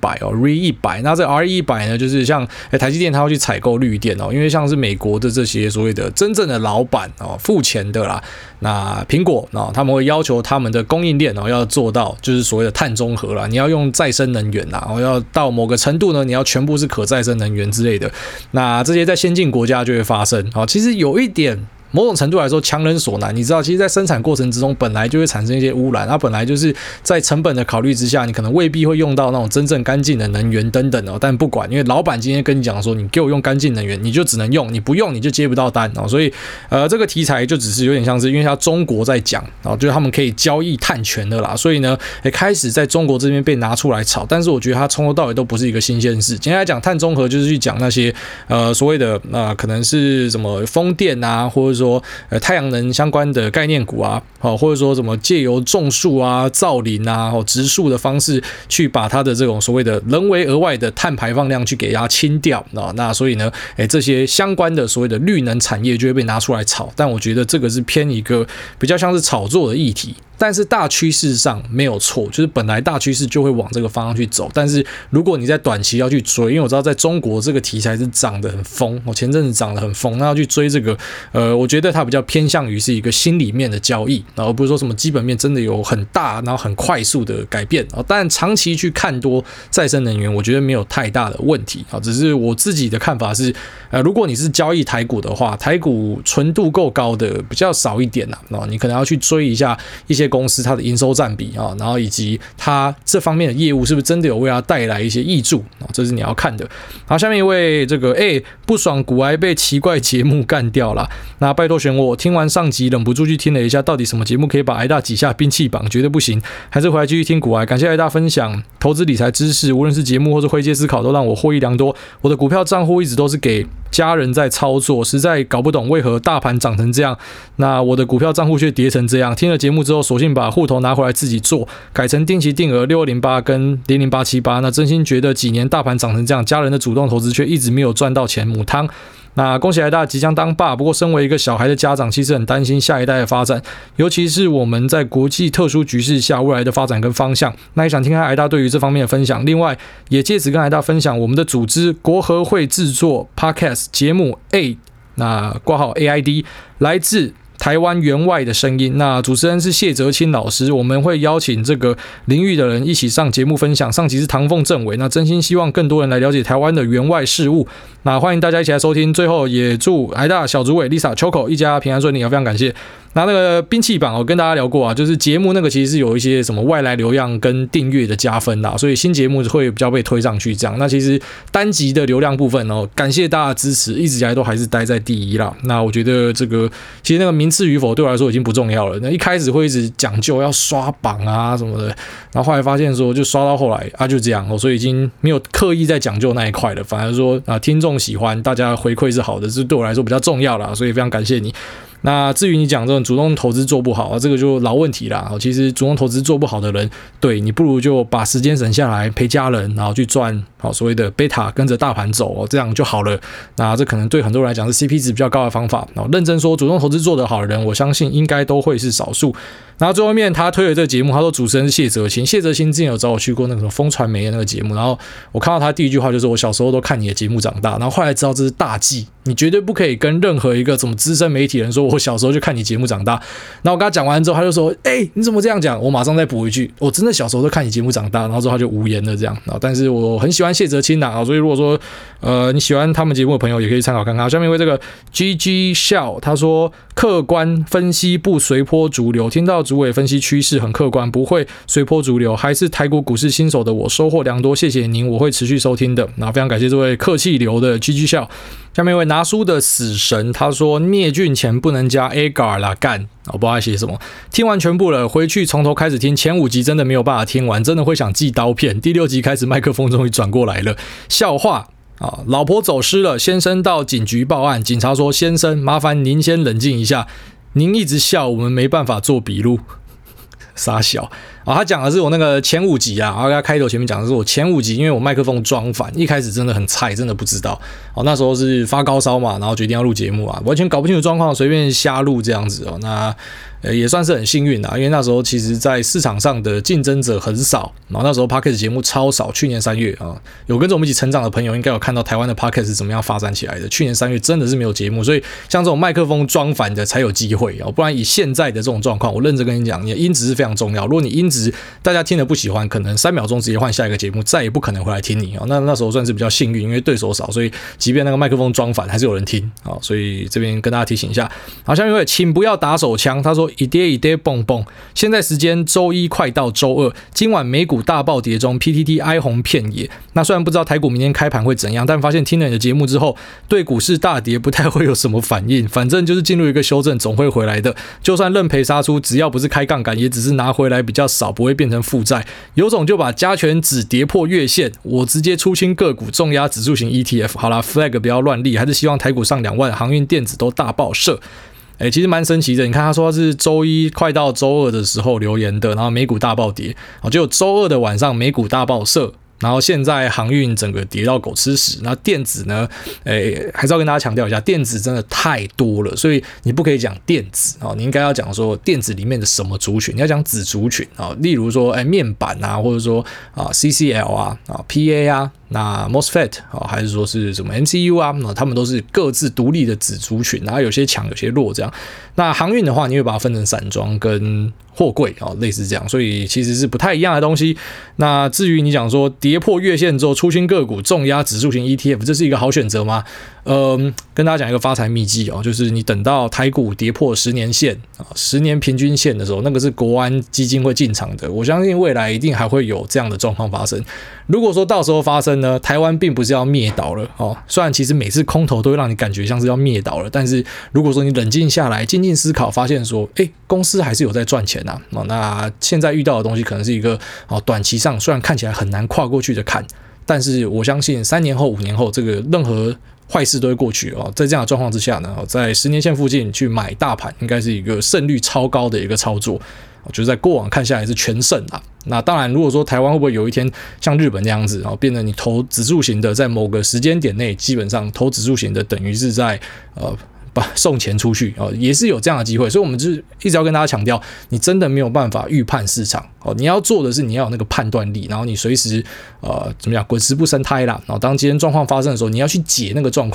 [SPEAKER 1] RE100 那这 RE100 呢，就是像台积电它要去采购绿电因为像是美国的这些所谓的真正的老板付钱的啦，那苹果他们会要求他们的供应链要做到就是所谓的碳中和啦，你要用再生能源啦，要到某个程度呢，你要全部是可再生能源之类的，那这些在先进国家就会发生其实有一点某种程度来说强人所难，你知道其实在生产过程之中本来就会产生一些污染，它本来就是在成本的考虑之下，你可能未必会用到那种真正干净的能源等等但不管，因为老板今天跟你讲说你给我用干净能源，你就只能用，你不用你就接不到单所以这个题材就只是有点像是因为它中国在讲就是他们可以交易碳权的啦，所以呢也开始在中国这边被拿出来炒，但是我觉得它从头到尾都不是一个新鲜事。今天来讲碳中和就是去讲那些所谓的可能是什么风电或者说太阳能相关的概念股或者说什么借由种树造林植树的方式去把它的这种所谓的人为额外的碳排放量去给它清掉那所以呢这些相关的所谓的绿能产业就会被拿出来炒，但我觉得这个是偏一个比较像是炒作的议题。但是大趋势上没有错，就是本来大趋势就会往这个方向去走，但是如果你在短期要去追，因为我知道在中国这个题材是涨得很疯前阵子涨得很疯，那要去追这个我觉得它比较偏向于是一个心里面的交易而不是说什么基本面真的有很大然后很快速的改变但长期去看多再生能源我觉得没有太大的问题只是我自己的看法是如果你是交易台股的话，台股纯度够高的比较少一点你可能要去追一下一些公司它的营收占比然后以及它这方面的业务是不是真的有为它带来一些益助这是你要看的。好，下面一位这个不爽股癌被奇怪节目干掉了，那拜托选我，听完上集忍不住去听了一下，到底什么节目可以把癌大挤下兵器榜，绝对不行，还是回来继续听股癌。感谢癌大分享投资理财知识，无论是节目或是灰阶思考都让我获益良多。我的股票账户一直都是给家人在操作，实在搞不懂为何大盘涨成这样，那我的股票账户却跌成这样。听了节目之后，索性把户头拿回来自己做，改成定期定额6208跟00878。那真心觉得几年大盘涨成这样，家人的主动投资却一直没有赚到钱，母汤。那恭喜癌大即将当爸，不过身为一个小孩的家长，其实很担心下一代的发展，尤其是我们在国际特殊局势下未来的发展跟方向。那也想听看癌大对于这方面的分享，另外也借此跟癌大分享我们的组织国合会制作 Podcast 节目 那括号 AID 来自台湾员外的声音，那主持人是谢哲青老师，我们会邀请这个领域的人一起上节目分享。上集是唐凤政委，那真心希望更多人来了解台湾的员外事务，那欢迎大家一起来收听。最后也祝癌大小主委 Lisa Choco 一家平安顺利，非常感谢。 那个兵器版我跟大家聊过啊，就是节目那个其实是有一些什么外来流量跟订阅的加分啦，所以新节目会比较被推上去这样。那其实单集的流量部分感谢大家的支持，一直以来都还是待在第一啦。那我觉得这个其实那个名次与否对我来说已经不重要了。那一开始会一直讲究要刷榜啊什么的，然后后来发现说就刷到后来啊就这样所以已经没有刻意在讲究那一块了，反而说听众喜欢，大家回馈是好的，是对我来说比较重要啦，所以非常感谢你。那至于你讲这种主动投资做不好这个就老问题啦。其实主动投资做不好的人，对你不如就把时间省下来陪家人，然后去赚所谓的贝塔，跟着大盘走这样就好了。那这可能对很多人来讲是 CP 值比较高的方法。认真说主动投资做得好的人，我相信应该都会是少数。然后最后面他推了这个节目，他说主持人是谢哲青，谢哲青之前有找我去过那个什么风传媒的那个节目，然后我看到他第一句话就是我小时候都看你的节目长大，然后后来知道这是大忌，你绝对不可以跟任何一个什么资深媒体人说我小时候就看你节目长大。然后我跟他讲完之后，他就说你怎么这样讲？我马上再补一句，我真的小时候都看你节目长大。然后之后他就无言了这样。但是我很喜欢谢哲青所以如果说你喜欢他们节目的朋友也可以参考看看。下面为这个 GG 笑，他说客观分析不随波逐流，听到主委分析趋势很客观，不会随波逐流，还是台股股市新手的我收获良多，谢谢您，我会持续收听的。非常感谢这位客气流的 GG 笑。下面一位拿书的死神，他说灭菌前不能加 agar 啦，干我不知道他写什么。听完全部了，回去从头开始听，前5集真的没有办法听完，真的会想寄刀片。第6集开始麦克风终于转过来了，笑话老婆走失了，先生到警局报案，警察说先生麻烦您先冷静一下，您一直笑我们没办法做笔录。傻小他讲的是我那个前5集然后他开头前面讲的是我前5集，因为我麦克风装反，一开始真的很菜，真的不知道那时候是发高烧嘛，然后决定要录节目完全搞不清楚状况，随便瞎录这样子那也算是很幸运因为那时候其实在市场上的竞争者很少，然后那时候 Podcast 节目超少，去年3月有跟着我们一起成长的朋友应该有看到台湾的 Podcast 是怎么样发展起来的，去年3月真的是没有节目，所以像这种麦克风装反的才有机会不然以现在的这种状况，我认真跟你讲，你的音质是非常重要，如果你音质大家听了不喜欢，可能3秒钟直接换下一个节目，再也不可能回来听你那时候算是比较幸运，因为对手少，所以即便那个麦克风装反还是有人听所以这边跟大家提醒一下。好，下面一位请不要打手枪，他说一跌一跌蹦蹦，现在时间周1快到周2，今晚美股大暴跌中 PTT 哀鸿遍野。那虽然不知道台股明天开盘会怎样，但发现听了你的节目之后，对股市大跌不太会有什么反应，反正就是进入一个修正总会回来的，就算认赔杀出，只要不是开杠杆，也只是拿回来比较少，不会变成负债。有种就把加权指跌破月线，我直接出清个股，重压指数型 ETF。 好啦 flag 不要乱立，还是希望台股上2万，航运电子都大爆射。其实蛮神奇的，你看他说他是周1快到周2的时候留言的，然后美股大暴跌结果周2的晚上美股大爆射，然后现在航运整个跌到狗吃屎，那电子呢还是要跟大家强调一下，电子真的太多了，所以你不可以讲电子你应该要讲说电子里面的什么族群，你要讲子族群例如说面板或者说CCL PA那 MOSFET 还是说是什么 MCU 他们都是各自独立的子族群，然后有些强有些弱这样。那航运的话，你会把它分成散装跟货柜类似这样，所以其实是不太一样的东西。那至于你讲说跌破月线之后出清个股，重压指数型 ETF， 这是一个好选择吗？跟大家讲一个发财秘籍就是你等到台股跌破10年线10年平均线的时候，那个是国安基金会进场的，我相信未来一定还会有这样的状况发生。如果说到时候发生呢，台湾并不是要灭岛了虽然其实每次空头都会让你感觉像是要灭岛了，但是如果说你冷静下来静静思考，发现说公司还是有在赚钱那现在遇到的东西可能是一个短期上虽然看起来很难跨过去的坎，但是我相信3年后5年后这个任何坏事都会过去在这样的状况之下呢，在10年线附近去买大盘应该是一个胜率超高的一个操作，就是在过往看下来是全胜那当然如果说台湾会不会有一天像日本那样子变得你投指数型的在某个时间点内，基本上投指数型的等于是在把送钱出去也是有这样的机会。所以我们就是一直要跟大家强调，你真的没有办法预判市场你要做的是你要有那个判断力，然后你随时怎么样滚石不生胎啦，然后当今天状况发生的时候，你要去解那个状况，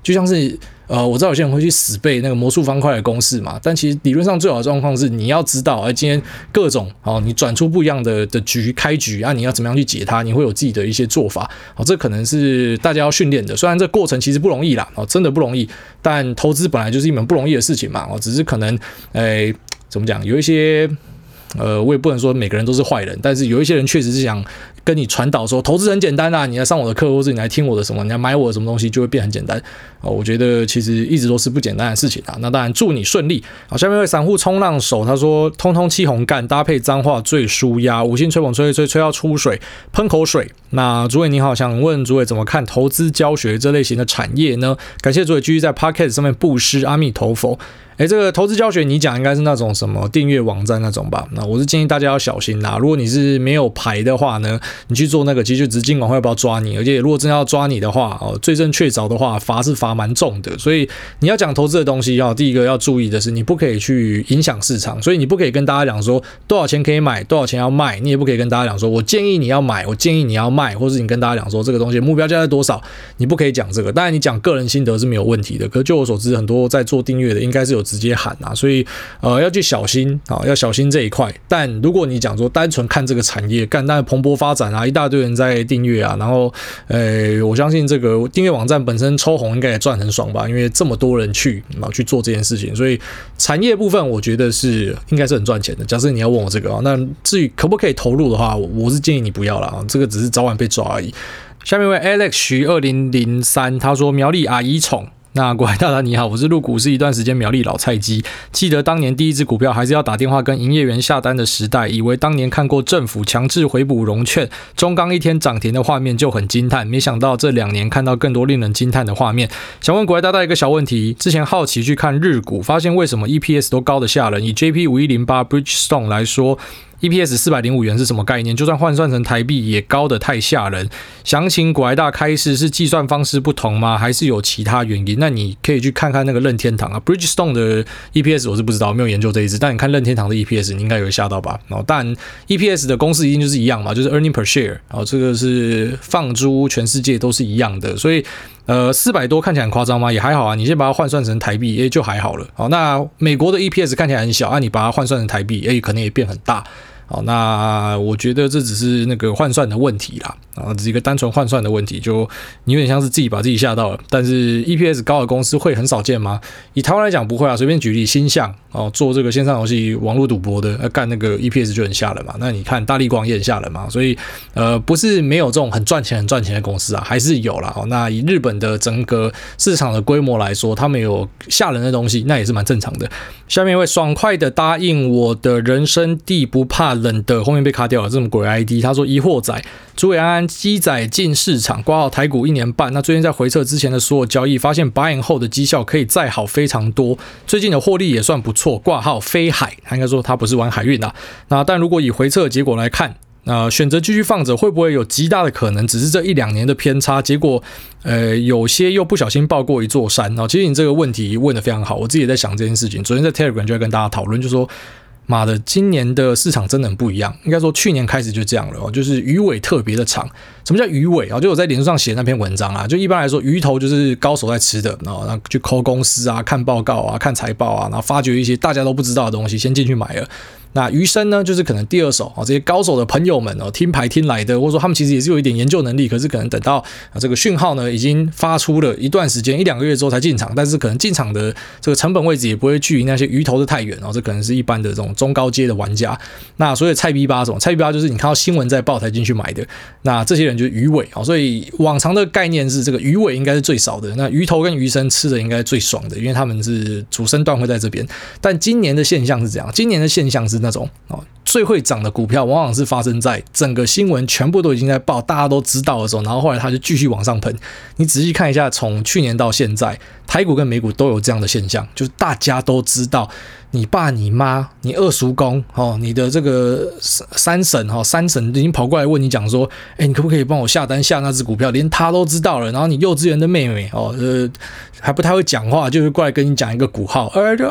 [SPEAKER 1] 就像是我知道有些人会去死背那个魔术方块的公式嘛，但其实理论上最好的状况是你要知道，今天各种你转出不一样的开局啊，你要怎么样去解它，你会有自己的一些做法，这可能是大家要训练的。虽然这过程其实不容易啦，真的不容易，但投资本来就是一门不容易的事情嘛，只是可能怎么讲，有一些我也不能说每个人都是坏人，但是有一些人确实是想跟你传导说投资很简单啊，你来上我的课，或者你来听我的什么，你来买我的什么东西就会变很简单。我觉得其实一直都是不简单的事情啊。那当然祝你顺利。好，下面位散户冲浪手他说，通通气红干搭配脏话最舒压，五星吹捧吹到出水，喷口水。那主委你好，想问主委怎么看投资教学这类型的产业呢？感谢主委继续在 Podcast 上面布施，阿弥陀佛。这个投资教学你讲应该是那种什么订阅网站那种吧？那我是建议大家要小心啦。如果你是没有牌的话呢，你去做那个，其实就只是金管会要不要抓你，而且如果真的要抓你的话，罪证确凿的话，罚是罚蛮重的。所以你要讲投资的东西，第一个要注意的是，你不可以去影响市场，所以你不可以跟大家讲说多少钱可以买，多少钱要卖，你也不可以跟大家讲说我建议你要买，我建议你要卖，或是你跟大家讲说这个东西目标价在多少，你不可以讲这个。当然你讲个人心得是没有问题的，可是就我所知，很多在做订阅的应该是有直接喊啊，所以要去小心要小心这一块。但如果你讲说单纯看这个产业，当然蓬勃发展啊，一大堆人在订阅啊，然后我相信这个订阅网站本身抽红应该也赚很爽吧，因为这么多人去做这件事情，所以产业部分我觉得是应该是很赚钱的。假设你要问我这个那至于可不可以投入的话，我是建议你不要啦，这个只是早晚被抓而已。下面一位 Alex 徐2003他说，苗栗阿姨宠。那国海大大你好，我是入股市一段时间苗栗老菜鸡，记得当年第一支股票还是要打电话跟营业员下单的时代，以为当年看过政府强制回补融券，中钢一天涨停的画面就很惊叹，没想到这2年看到更多令人惊叹的画面。想问国海大大一个小问题，之前好奇去看日股，发现为什么 EPS 都高得吓人，以 JP5108 Bridgestone 来说EPS 405元是什么概念？就算换算成台币也高得太吓人。详情国海大开示是计算方式不同吗？还是有其他原因？那你可以去看看那个任天堂啊 ，Bridgestone 的 EPS 我是不知道，没有研究这一支。但你看任天堂的 EPS， 你应该有吓到吧？但 EPS 的公式一定就是一样嘛，就是 earning per share， 这个是放诸全世界都是一样的，所以400多看起来很夸张吗？也还好啊，你先把它换算成台币，就还好了。好，那美国的 EPS 看起来很小，你把它换算成台币，可能也变很大。好，那我觉得这只是那个换算的问题啦，只是一个单纯换算的问题，就你有点像是自己把自己吓到了。但是 EPS 高的公司会很少见吗？以台湾来讲不会啊，随便举例，星象做这个线上游戏网络赌博的，干那个 EPS 就很吓人嘛。那你看大立光也很吓人嘛，所以不是没有这种很赚钱的公司啊，还是有啦。那以日本的整个市场的规模来说，他们有吓人的东西，那也是蛮正常的。下面一位爽快的答应我的人生地不怕冷的，后面被卡掉了，这种鬼 ID。他说疑惑仔，诸位安安鸡仔进市场，挂号台股1年半，那最近在回测之前的所有交易，发现8年后的绩效可以再好非常多，最近的获利也算不错，挂号飞海，他应该说他不是玩海运啦。那但如果以回测的结果来看，选择继续放着，会不会有极大的可能只是这1-2年的偏差，结果有些又不小心爆过一座山。其实你这个问题问得非常好，我自己也在想这件事情，昨天在 Telegram 就在跟大家讨论，就说妈的，今年的市场真的很不一样。应该说去年开始就这样了，就是鱼尾特别的长。什么叫鱼尾？就我在脸书上写那篇文章啊，就一般来说鱼头就是高手在吃的，然后去抠公司啊、看报告啊、看财报啊，然后发掘一些大家都不知道的东西，先进去买了。那鱼身呢，就是可能第二手这些高手的朋友们听牌听来的，或者说他们其实也是有一点研究能力，可是可能等到这个讯号呢已经发出了一段时间1-2个月之后才进场，但是可能进场的这个成本位置也不会距离那些鱼头的太远，这可能是一般的这种中高阶的玩家。那所以菜逼八菜逼八就是你看到新闻在报才进去买的，那这些人就是鱼尾。所以往常的概念是这个鱼尾应该是最少的，那鱼头跟鱼身吃的应该最爽的，因为他们是主升段会在这边。但今年的现象是这样，今年的现象是那种最会涨的股票往往是发生在整个新闻全部都已经在报，大家都知道的时候，然后后来它就继续往上喷。你仔细看一下，从去年到现在，台股跟美股都有这样的现象，就是大家都知道你爸、你妈、你二叔公你的这个三婶已经跑过来问你讲说，你可不可以帮我下单下那只股票？连他都知道了，然后你幼稚园的妹妹还不太会讲话，就是过来跟你讲一个股号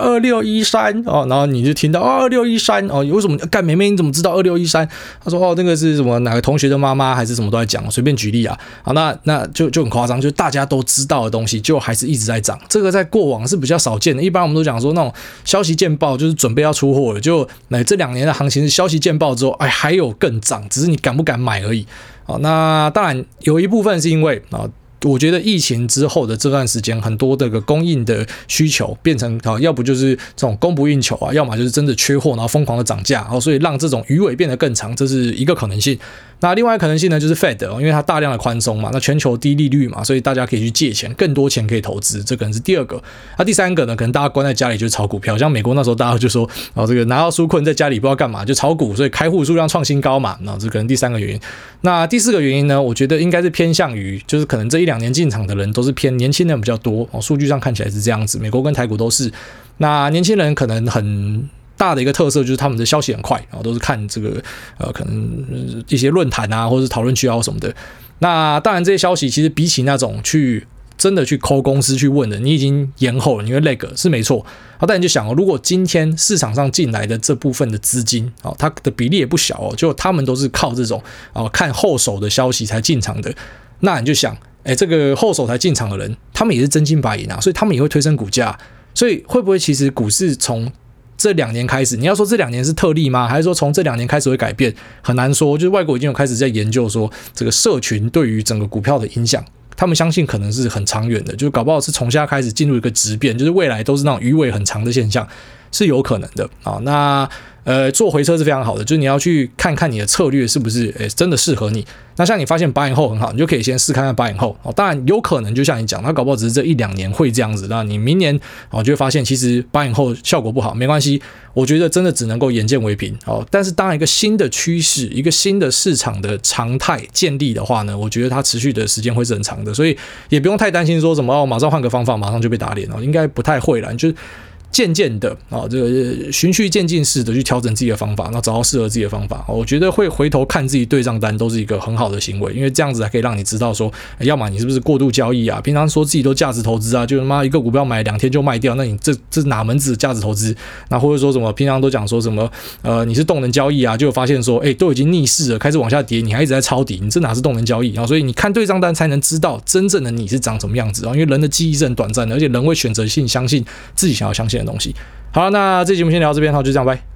[SPEAKER 1] 2613然后你就听到2613为什么干妹妹你怎么知道2613？他说那个是什么哪个同学的妈妈还是什么都在讲，随便举例啊。好，那就很夸张，就是大家都知道的东西，就还是一直在涨。这个在过往是比较少见的，一般我们都讲说那种消息见报就是准备要出货了，就这2年的行情是消息见报之后，还有更涨，只是你敢不敢买而已。那当然有一部分是因为我觉得疫情之后的这段时间，很多这个供应的需求变成要不就是这种供不应求要么就是真的缺货，然后疯狂的涨价，所以让这种鱼尾变得更长，这是一个可能性。那另外一个可能性呢，就是 Fed， 因为它大量的宽松嘛，那全球低利率嘛，所以大家可以去借钱，更多钱可以投资，这可能是第二个。那第三个呢，可能大家关在家里就是炒股票，像美国那时候大家就说这个拿到纾困在家里不知道干嘛就炒股，所以开户数量创新高嘛，那这可能第三个原因。那第四个原因呢，我觉得应该是偏向于就是可能这1-2年进场的人都是偏年轻人比较多，数据上看起来是这样子，美国跟台股都是。那年轻人可能很大的一个特色就是他们的消息很快，都是看这个可能一些论坛啊，或者是讨论区啊什么的。那当然这些消息其实比起那种真的去call公司去问的，你已经延后了，你会 lag 是没错。但你就想如果今天市场上进来的这部分的资金它的比例也不小就他们都是靠这种看后手的消息才进场的，那你就想这个后手才进场的人，他们也是真金白银所以他们也会推升股价。所以会不会其实股市从这2年开始，你要说这2年是特例吗？还是说从这2年开始会改变？很难说。就是外国已经有开始在研究说这个社群对于整个股票的影响，他们相信可能是很长远的，就是搞不好是从现在开始进入一个质变，就是未来都是那种鱼尾很长的现象，是有可能的那做回撤是非常好的，就是你要去看看你的策略是不是真的适合你。那像你发现8年后很好，你就可以先试看看8年后当然有可能就像你讲，它搞不好只是这1-2年会这样子，那你明年就会发现其实8年后效果不好，没关系。我觉得真的只能够眼见为凭但是当然一个新的趋势，一个新的市场的常态建立的话呢，我觉得它持续的时间会是很长的，所以也不用太担心说什么马上换个方法马上就被打脸应该不太会啦，就是渐渐的这个循序渐进式的去调整自己的方法，然后找到适合自己的方法我觉得会回头看自己对账单都是一个很好的行为，因为这样子还可以让你知道说要么你是不是过度交易平常说自己都价值投资就是一个股票买2天就卖掉，那你这哪门子价值投资？那或者说什么平常都讲说什么你是动能交易就发现说都已经逆势了，开始往下跌，你还一直在抄底，你这哪是动能交易所以你看对账单才能知道真正的你是长什么样子因为人的记忆是很短暂的，而且人会选择性相信自己想要相信的东西。好，那这期节目先聊到这边，好，就这样，拜。